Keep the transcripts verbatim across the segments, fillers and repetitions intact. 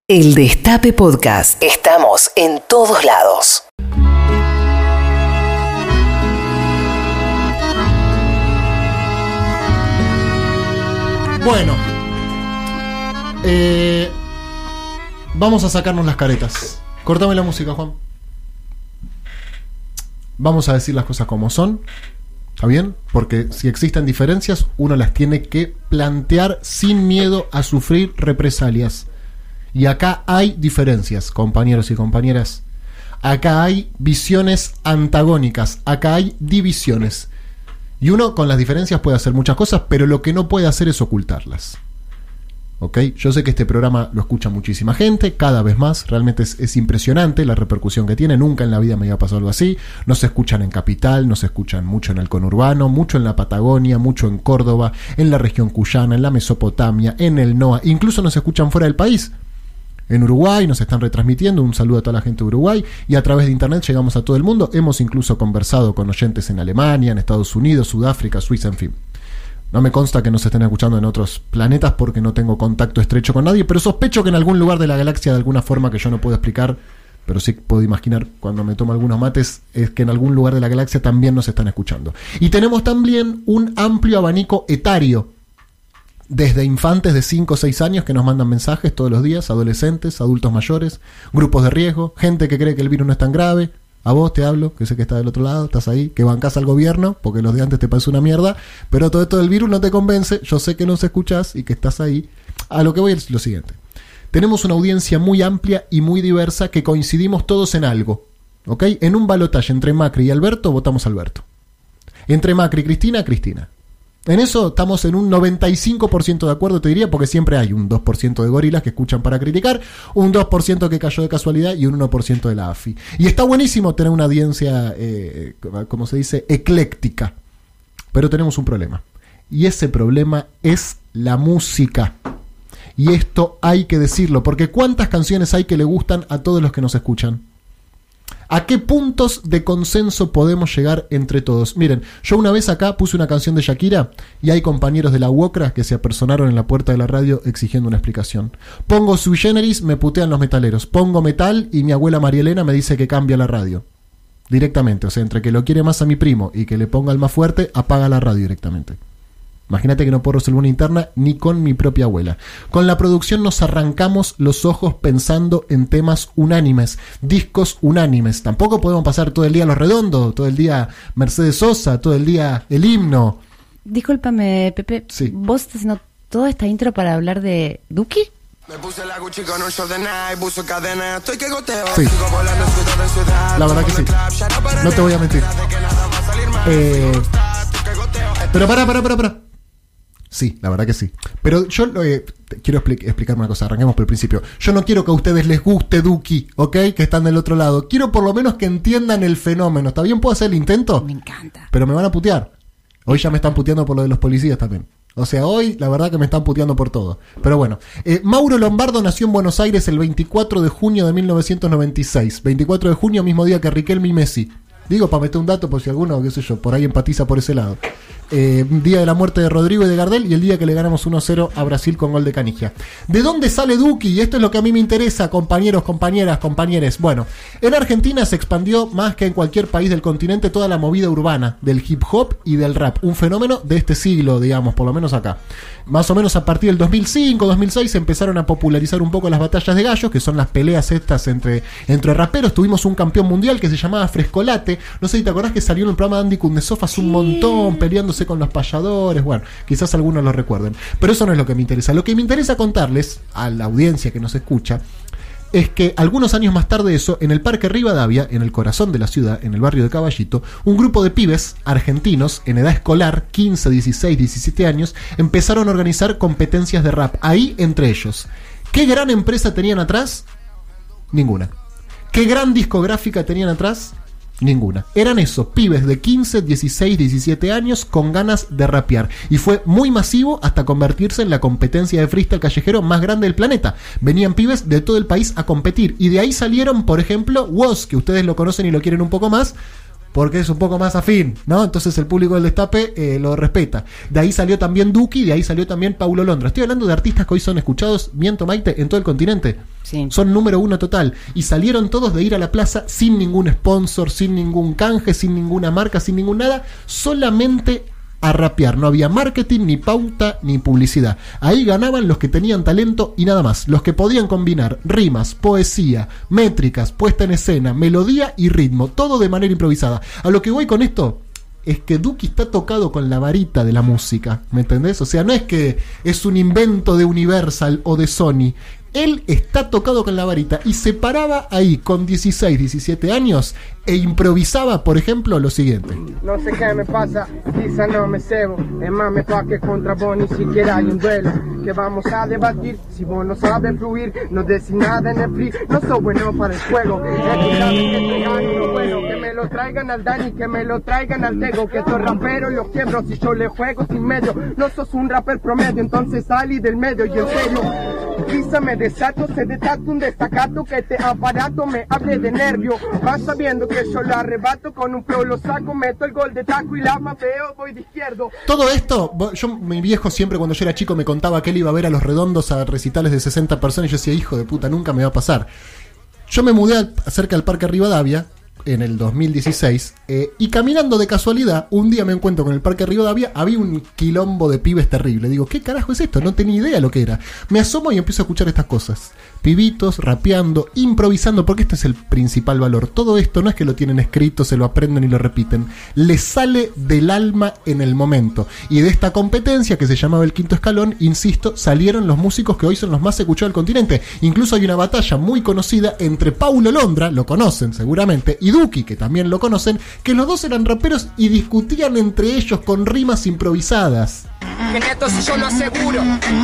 El Destape Podcast. Estamos en todos lados. Bueno, eh, vamos a sacarnos las caretas. Cortame la música, Juan. Vamos a decir las cosas como son. ¿Está bien? Porque si existen diferencias, uno las tiene que plantear sin miedo a sufrir represalias. Y acá hay diferencias, compañeros y compañeras. Acá hay visiones antagónicas. Acá hay divisiones. Y uno con las diferencias puede hacer muchas cosas, pero lo que no puede hacer es ocultarlas. ¿Ok? Yo sé que este programa lo escucha muchísima gente, cada vez más. Realmente es, es impresionante la repercusión que tiene. Nunca en la vida me había pasado algo así. No se escuchan en Capital, no se escuchan mucho en el conurbano, mucho en la Patagonia, mucho en Córdoba, en la región cuyana, en la Mesopotamia, en el N O A. Incluso nos escuchan fuera del país. En Uruguay nos están retransmitiendo, un saludo a toda la gente de Uruguay, y a través de internet llegamos a todo el mundo. Hemos incluso conversado con oyentes en Alemania, en Estados Unidos, Sudáfrica, Suiza, en fin. No me consta que nos estén escuchando en otros planetas porque no tengo contacto estrecho con nadie, pero sospecho que en algún lugar de la galaxia, de alguna forma que yo no puedo explicar, pero sí puedo imaginar cuando me tomo algunos mates, es que en algún lugar de la galaxia también nos están escuchando. Y tenemos también un amplio abanico etario, desde infantes de cinco o seis años que nos mandan mensajes todos los días, adolescentes, adultos mayores, grupos de riesgo, gente que cree que el virus no es tan grave. A vos te hablo, que sé que estás del otro lado, estás ahí, que bancás al gobierno, porque los de antes te parece una mierda, pero todo esto del virus no te convence. Yo sé que nos escuchás y que estás ahí. A lo que voy es lo siguiente. Tenemos una audiencia muy amplia y muy diversa que coincidimos todos en algo, ¿ok? En un balotaje entre Macri y Alberto, votamos a Alberto. Entre Macri y Cristina, Cristina. En eso estamos en un noventa y cinco por ciento de acuerdo, te diría, porque siempre hay un dos por ciento de gorilas que escuchan para criticar, un dos por ciento que cayó de casualidad y un uno por ciento de la A F I. Y está buenísimo tener una audiencia, eh, como se dice, ecléctica. Pero tenemos un problema. Y ese problema es la música. Y esto hay que decirlo, porque ¿cuántas canciones hay que le gustan a todos los que nos escuchan? ¿A qué puntos de consenso podemos llegar entre todos? Miren, yo una vez acá puse una canción de Shakira y hay compañeros de la UOCRA que se apersonaron en la puerta de la radio exigiendo una explicación. Pongo Sui Generis, me putean los metaleros. Pongo metal y mi abuela María Elena me dice que cambia la radio. Directamente, o sea, entre que lo quiere más a mi primo y que le ponga el más fuerte, apaga la radio directamente. Imagínate que no puedo resolver una interna ni con mi propia abuela. Con la producción nos arrancamos los ojos pensando en temas unánimes, discos unánimes. Tampoco podemos pasar todo el día Los Redondos, todo el día Mercedes Sosa, todo el día el himno. Discúlpame, Pepe, sí. ¿Vos estás haciendo toda esta intro para hablar de Duki? Me puse la Gucci con un short de Nike, buzo cadena, estoy que goteo. Sí. La verdad que sí. No te voy a mentir. Eh, pero pará, pará, pará, pará. Sí, la verdad que sí. Pero yo eh, quiero expli- explicarme una cosa. Arranquemos por el principio. Yo no quiero que a ustedes les guste Duki, ¿ok? Que están del otro lado. Quiero por lo menos que entiendan el fenómeno. ¿Está bien? ¿Puedo hacer el intento? Me encanta. Pero me van a putear. Hoy ya me están puteando por lo de los policías también. O sea, hoy la verdad que me están puteando por todo. Pero bueno, eh, Mauro Lombardo nació en Buenos Aires el veinticuatro de junio de mil novecientos noventa y seis. veinticuatro de junio, mismo día que Riquelme y Messi. Digo, para meter un dato por si alguno, qué sé yo, por ahí empatiza por ese lado. Eh, día de la muerte de Rodrigo y de Gardel y el día que le ganamos uno a cero a Brasil con gol de Canigia. ¿De dónde sale Duki? Y esto es lo que a mí me interesa, compañeros, compañeras, compañeres. Bueno, en Argentina se expandió más que en cualquier país del continente toda la movida urbana del hip hop y del rap. Un fenómeno de este siglo, digamos, por lo menos acá. Más o menos a partir del dos mil cinco, dos mil seis se empezaron a popularizar un poco las batallas de gallos, que son las peleas estas entre, entre raperos. Tuvimos un campeón mundial que se llamaba Frescolate. No sé si te acordás que salió en el programa de Andy Kundesov hace un montón, peleándose con los payadores. Bueno, quizás algunos lo recuerden. Pero eso no es lo que me interesa. Lo que me interesa contarles a la audiencia que nos escucha es que algunos años más tarde de eso, en el Parque Rivadavia, en el corazón de la ciudad, en el barrio de Caballito, un grupo de pibes argentinos en edad escolar, quince, dieciséis, diecisiete años, empezaron a organizar competencias de rap. Ahí entre ellos. ¿Qué gran empresa tenían atrás? Ninguna. ¿Qué gran discográfica tenían atrás? Ninguna. Eran esos pibes de quince, dieciséis, diecisiete años con ganas de rapear. Y fue muy masivo hasta convertirse en la competencia de freestyle callejero más grande del planeta. Venían pibes de todo el país a competir. Y de ahí salieron, por ejemplo, Woz, que ustedes lo conocen y lo quieren un poco más. porque es un poco más afín, ¿no? Entonces el público del Destape eh, lo respeta. De ahí salió también Duki, de ahí salió también Paulo Londra. Estoy hablando de artistas que hoy son escuchados, miento Maite, en todo el continente. Sí. Son número uno total. Y salieron todos de ir a la plaza sin ningún sponsor, sin ningún canje, sin ninguna marca, sin ningún nada, solamente a rapear. No había marketing, ni pauta, ni publicidad. Ahí ganaban los que tenían talento y nada más. Los que podían combinar rimas, poesía, métricas, puesta en escena, melodía y ritmo. Todo de manera improvisada. A lo que voy con esto es que Duki está tocado con la varita de la música. ¿Me entendés? O sea, no es que es un invento de Universal o de Sony. Él está tocado con la varita y se paraba ahí con dieciséis, diecisiete años e improvisaba, por ejemplo, lo siguiente. No sé qué me pasa, quizá no me cebo. Es más, me pa' que contra vos ni siquiera hay un duelo. Que vamos a debatir, si vos no sabes fluir, no decís nada en el free. No soy bueno para el juego. Es que saben que te gano, no bueno. Que me lo traigan al Dani, que me lo traigan al Tego. Que estos raperos los quiebro si yo le juego sin medio. No sos un rapper promedio, entonces salí del medio y en serio. Quizá me desato, se desata un destacato que te aparato me hable de nervio. Vas sabiendo que yo lo arrebato, con un flow lo saco, meto el gol de taco y la mapeo, voy de izquierdo. Todo esto, yo, mi viejo siempre cuando yo era chico me contaba que él iba a ver a Los Redondos a recitales de sesenta personas y yo decía, hijo de puta, nunca me va a pasar. Yo me mudé al, cerca del Parque Rivadavia en el dos mil dieciséis eh, y caminando de casualidad un día me encuentro con el Parque Rivadavia, había un quilombo de pibes terrible. Digo, ¿qué carajo es esto? No tenía idea lo que era. Me asomo y empiezo a escuchar estas cosas. Pibitos, rapeando, improvisando, porque este es el principal valor. Todo esto no es que lo tienen escrito, se lo aprenden y lo repiten. Les sale del alma en el momento. Y de esta competencia que se llamaba el Quinto Escalón, insisto, salieron los músicos que hoy son los más escuchados del continente. Incluso hay una batalla muy conocida entre Paulo Londra, lo conocen seguramente, y Duki, que también lo conocen, que los dos eran raperos y discutían entre ellos con rimas improvisadas. Que neto si yo lo aseguro,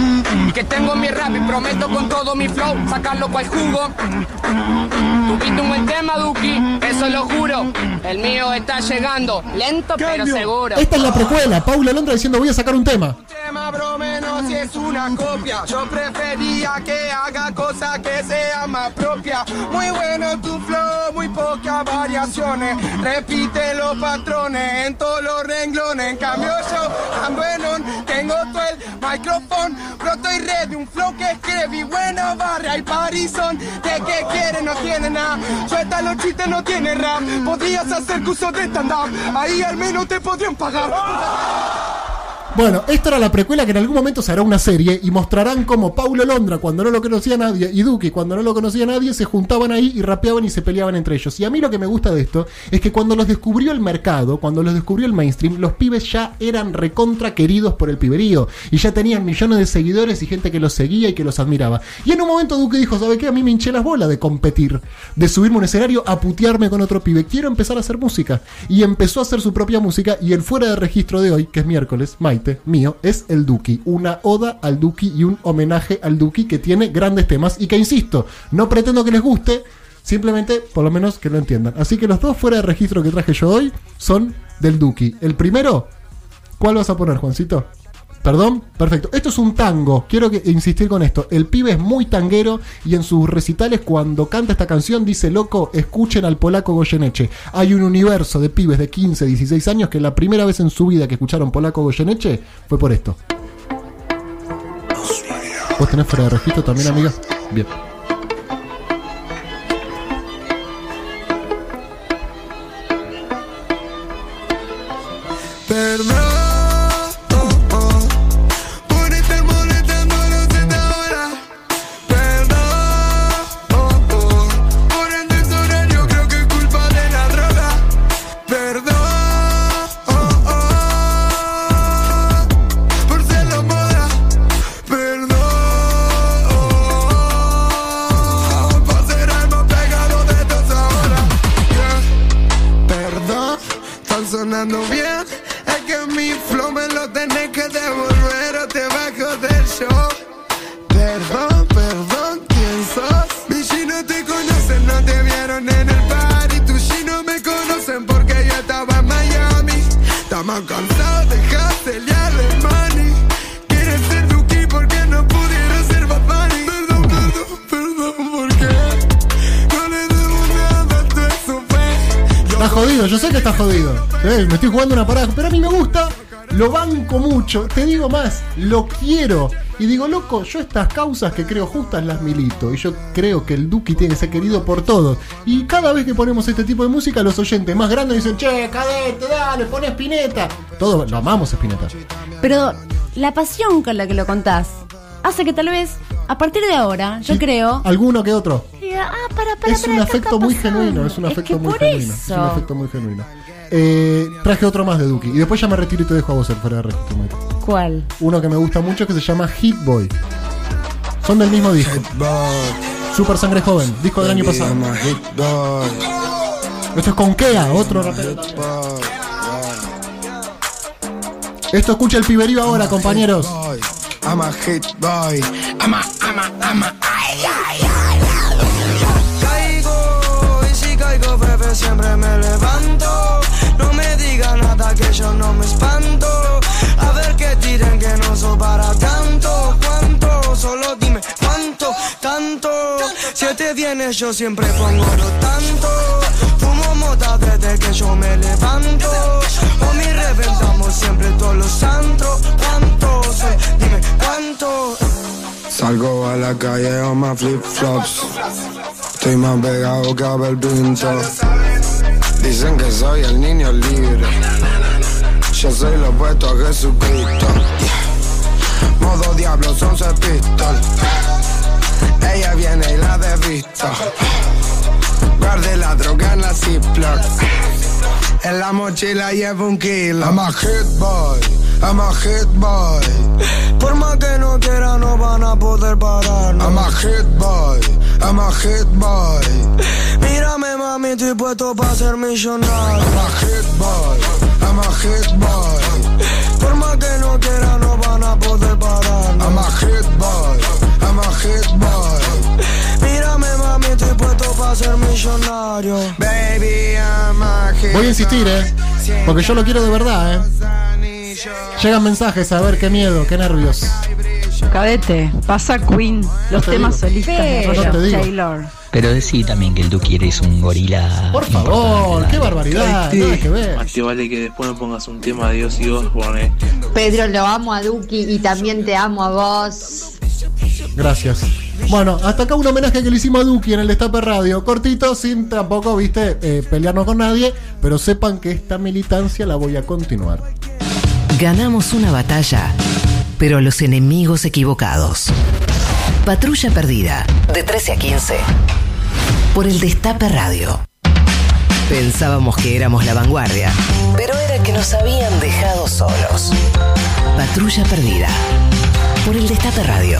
y que tengo mi rap y prometo con todo mi flow sacarlo cual jugo. Tuviste un buen tema, Duki, eso lo juro. El mío está llegando, lento pero seguro. Esta es la precuela, Paulo Londra diciendo voy a sacar un tema. Un tema bro menos si es una copia. Yo prefería que haga cosas que sean más propias. Muy bueno tu flow, muy pocas variaciones. Repite los patrones en todos los renglones. En cambio yo ando en on, tengo todo el micrófono, pero estoy ready, un flow que escribí, buena barra y parizón. De que quiere no tiene nada, suelta los chistes no tiene rap. Podrías hacer cursos de stand-up, ahí al menos te podrían pagar. Bueno, esta era la precuela que en algún momento se hará una serie y mostrarán cómo Paulo Londra, cuando no lo conocía nadie, y Duki, cuando no lo conocía nadie, se juntaban ahí y rapeaban y se peleaban entre ellos. Y a mí lo que me gusta de esto es que cuando los descubrió el mercado, cuando los descubrió el mainstream, los pibes ya eran recontra queridos por el piberío y ya tenían millones de seguidores y gente que los seguía y que los admiraba. Y en un momento Duki dijo, ¿sabe qué? A mí me hinché las bolas de competir, de subirme a un escenario a putearme con otro pibe. Quiero empezar a hacer música. Y empezó a hacer su propia música y el fuera de registro de hoy, que es miércoles, Maite, mío, es el Duki, una oda al Duki y un homenaje al Duki que tiene grandes temas y que, insisto, no pretendo que les guste, simplemente por lo menos que lo entiendan. Así que los dos fuera de registro que traje yo hoy son del Duki. El primero, ¿cuál vas a poner, Juancito? ¿Perdón? Perfecto. Esto es un tango. Quiero que, insistir con esto. El pibe es muy tanguero y en sus recitales cuando canta esta canción dice, loco, escuchen al polaco Goyeneche. Hay un universo de pibes de quince, dieciséis años que la primera vez en su vida que escucharon polaco Goyeneche fue por esto. ¿Vos tenés fuera de registro también, amiga? Bien. Perdón. Sonando bien, es que mi flow me lo tenés que devolver o te bajo del show. Perdón, perdón, ¿quién sos? Mis chinos te conocen, no te vieron en el party. Tus chinos me conocen porque yo estaba en Miami. Estamos cansados de hustle y Alemani. Quieren ser Duki porque no pudieron ser Bad Bunny. Perdón, perdón, perdón, ¿por qué? No le debo nada, todo eso fue. Está jodido, yo sé que está jodido. ¿Sí? Me estoy jugando una parada, pero a mí me gusta, lo banco mucho. Te digo más, lo quiero. Y digo, loco, yo estas causas que creo justas las milito. Y yo creo que el Duki tiene que ser querido por todos. Y cada vez que ponemos este tipo de música, los oyentes más grandes dicen, che, cadete, dale, poné Spinetta. Todos lo amamos, Spinetta. Pero la pasión con la que lo contás hace que tal vez, a partir de ahora, yo Sí, creo... alguno que otro. diga, ah, para, para, Es para, un ¿qué afecto está muy pasando? genuino, es un Es afecto que muy por genuino. eso. Es un afecto muy genuino. Eh, traje otro más de Duki. Y después ya me retiro y te dejo a vos el fuera de registro, Maite. ¿Cuál? Uno que me gusta mucho que se llama Hit Boy. Son del mismo disco. Super Sangre Joven, disco del año pasado. Esto es con Kea, otro rapero. Esto escucha el piberío ahora, compañeros. I'm a hit boy. I'm a, I'm a, I'm a, ay, ay, ay. Caigo, y si caigo, bebé, siempre me levanto. No me diga nada que yo no me espanto. A ver que tiren que no soy para tanto. ¿Cuánto? Solo dime cuánto, tanto. Si te vienes yo siempre pongo lo tanto. Fumo mota desde que yo me levanto. O mi reventamos siempre todos los antros. ¿Cuánto? Solo dime cuánto. Salgo a la calle o más flip flops. Estoy más pegado que Abel Pinto. Dicen que soy el niño libre. Yo soy lo opuesto a Jesucristo. Modo diablo, son seis pistol. Ella viene y la desvisto. Guarde la droga en la Ziploc. En la mochila llevo un kilo. I'm a hit boy, I'm a hit boy. Por más que no quiera no van a poder pararnos. I'm a hit boy, I'm a hit boy. Mírame mami, estoy puesto para ser millonario. I'm a hit boy, I'm a hit boy. Por más que no quiera no van a poder pararnos. I'm a hit boy, I'm a hit boy. Mírame mami, estoy puesto para ser millonario. Baby, I'm a hit boy. Voy a insistir, eh. Porque yo lo quiero de verdad, eh. Llegan mensajes, a ver qué miedo, qué nervios. Cadete, pasa Queen, los te temas digo. solistas de Pero- Roger te digo. Taylor. Pero decí también que el Duki eres un gorila. Por favor, importante, qué dale. barbaridad, nada que ver. Más te vale que después me pongas un tema de Dios y Osborne. Pedro, lo amo a Duki y también te amo a vos. Gracias. Bueno, hasta acá un homenaje que le hicimos a Duki en el Destape Radio. Cortito, sin tampoco, viste, eh, pelearnos con nadie. Pero sepan que esta militancia la voy a continuar. Ganamos una batalla, pero los enemigos equivocados. Patrulla Perdida, de trece a quince, por el Destape Radio. Pensábamos que éramos la vanguardia, pero era que nos habían dejado solos. Patrulla Perdida, por el Destape Radio.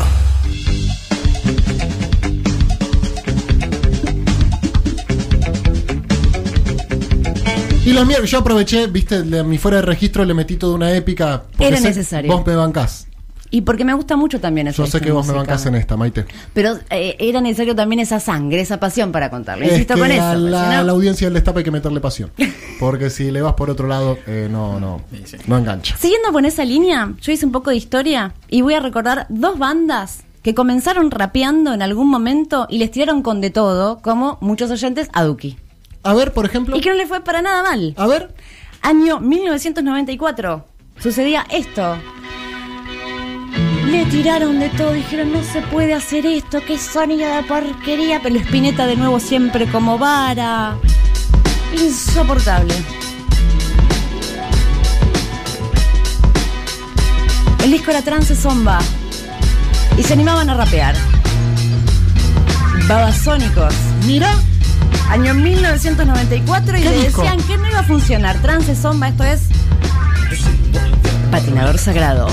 Y los míos, yo aproveché, viste, le- mi fuera de registro le metí toda una épica. porque Era sé- necesario. Vos me bancás. Y porque me gusta mucho también esa Yo sé esta que vos me música. bancás en esta, Maite. Pero eh, era necesario también esa sangre, esa pasión para contarlo. Insisto es que con eso. a porque la, si no- la audiencia del Destape hay que meterle pasión. Porque si le vas por otro lado, eh, no, no, no engancha. Siguiendo con esa línea, yo hice un poco de historia y voy a recordar dos bandas que comenzaron rapeando en algún momento y les tiraron con de todo, como muchos oyentes, a Duki. A ver, por ejemplo. Y que no le fue para nada mal. A ver. Año mil novecientos noventa y cuatro. Sucedía esto. Le tiraron de todo, dijeron no se puede hacer esto, qué sonido de porquería, pero Spinetta de nuevo siempre como vara. Insoportable. El disco era Trance Zomba y se animaban a rapear. Babasónicos. Mira. Año mil novecientos noventa y cuatro y ¿Qué le disco? decían que no iba a funcionar. Trance Zomba, esto es Patinador Sagrado.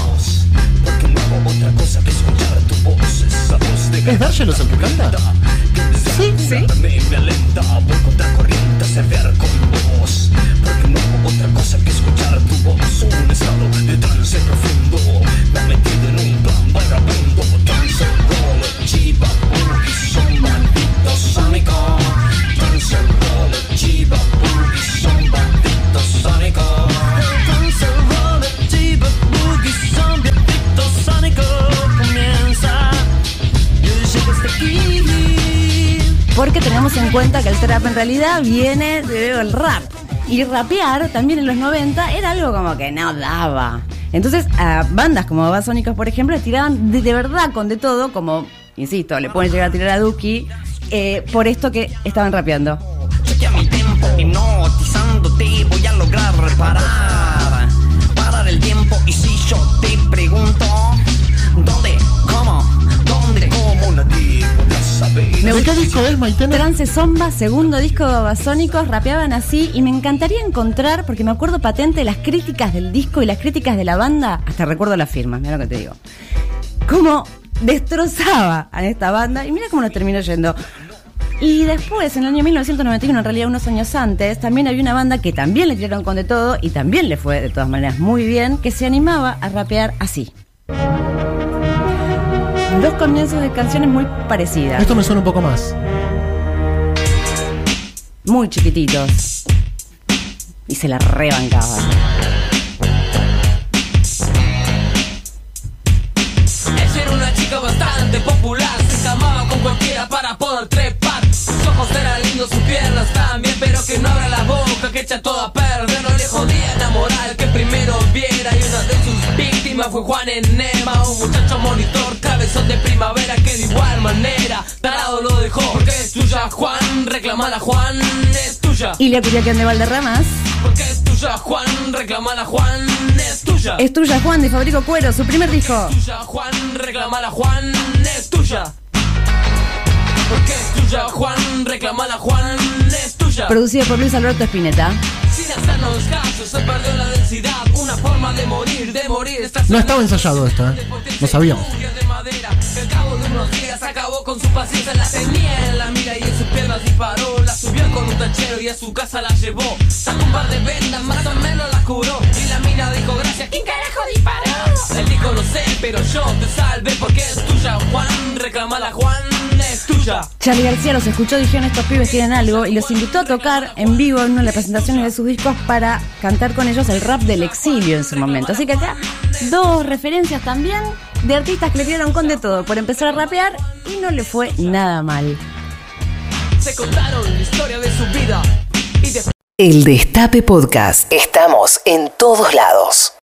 ¿Es Dargelos el que canta? Sí, sí. Porque tenemos en cuenta que el trap en realidad viene del rap. Y rapear también en los noventa era algo como que no daba. Entonces a bandas como Babasónicos, por ejemplo, le tiraban de, de verdad con de todo, como, insisto, le pueden llegar a tirar a Duki, eh, por esto que estaban rapeando. Chequea mi tempo, hipnotizándote, voy a lograr reparar, parar el tiempo. Y si yo te pregunto, ¿dónde, cómo, dónde, cómo, nadie podrá saber? ¿De qué disco es, Maitena? Trance Zomba, segundo disco de Babasónicos, rapeaban así y me encantaría encontrar, porque me acuerdo patente las críticas del disco y las críticas de la banda, hasta recuerdo las firmas, mira lo que te digo. Cómo destrozaba a esta banda y mira cómo nos terminó yendo. Y después, en el año mil novecientos noventa y uno, en realidad unos años antes, también había una banda que también le tiraron con de todo y también le fue de todas maneras muy bien, que se animaba a rapear así. Dos comienzos de canciones muy parecidas. Esto me suena un poco más. Muy chiquititos. Y se la rebancaban. Ella era una chica bastante popular, se encamaba con cualquiera para poder trepar. Sus ojos eran lindos, sus piernas también, pero que no abra la boca, que echa todo a perder. No le jodía enamorar, que primero viera. Y una de sus víctimas fue Juan Enema, un muchacho monitor, cabezón de primavera, que de igual manera tarado lo dejó. Porque es tuya, Juan, reclamala, Juan, es tuya. Y le pidió que ande Valderramas. Porque es tuya, Juan, reclamala, Juan, es tuya. Es tuya, Juan, de Fabrico Cuero, su primer disco. Es tuya, Juan, reclamala, Juan, es tuya. Porque es tuya, Juan, reclamala, Juan, es tuya. Producido por Luis Alberto Spinetta. Sin hacernos caso, se perdió la densidad, una forma de morir, de morir. No estaba ensayado esto, ¿eh? No sabíamos. Al cabo de unos días acabó con su paciencia, la tenía en la mira y en sus piernas disparó. La subió con un tachero y a su casa la llevó. Sacó un par de vendas, más o menos la curó. Y la mina dijo gracias, ¿quién carajo disparó? Él dijo no sé, pero yo te salvé porque es tuya, Juan, reclamala, Juan, es tuya. Charly García los escuchó, dijeron estos pibes tienen algo y los invitó a tocar en vivo en una de las presentaciones de sus discos para cantar con ellos el rap del exilio en su momento. Así que acá dos referencias también de artistas que le dieron con de todo por empezar a rapear y no le fue nada mal. Se contaron la historia de su vida y de... El Destape Podcast. Estamos en todos lados.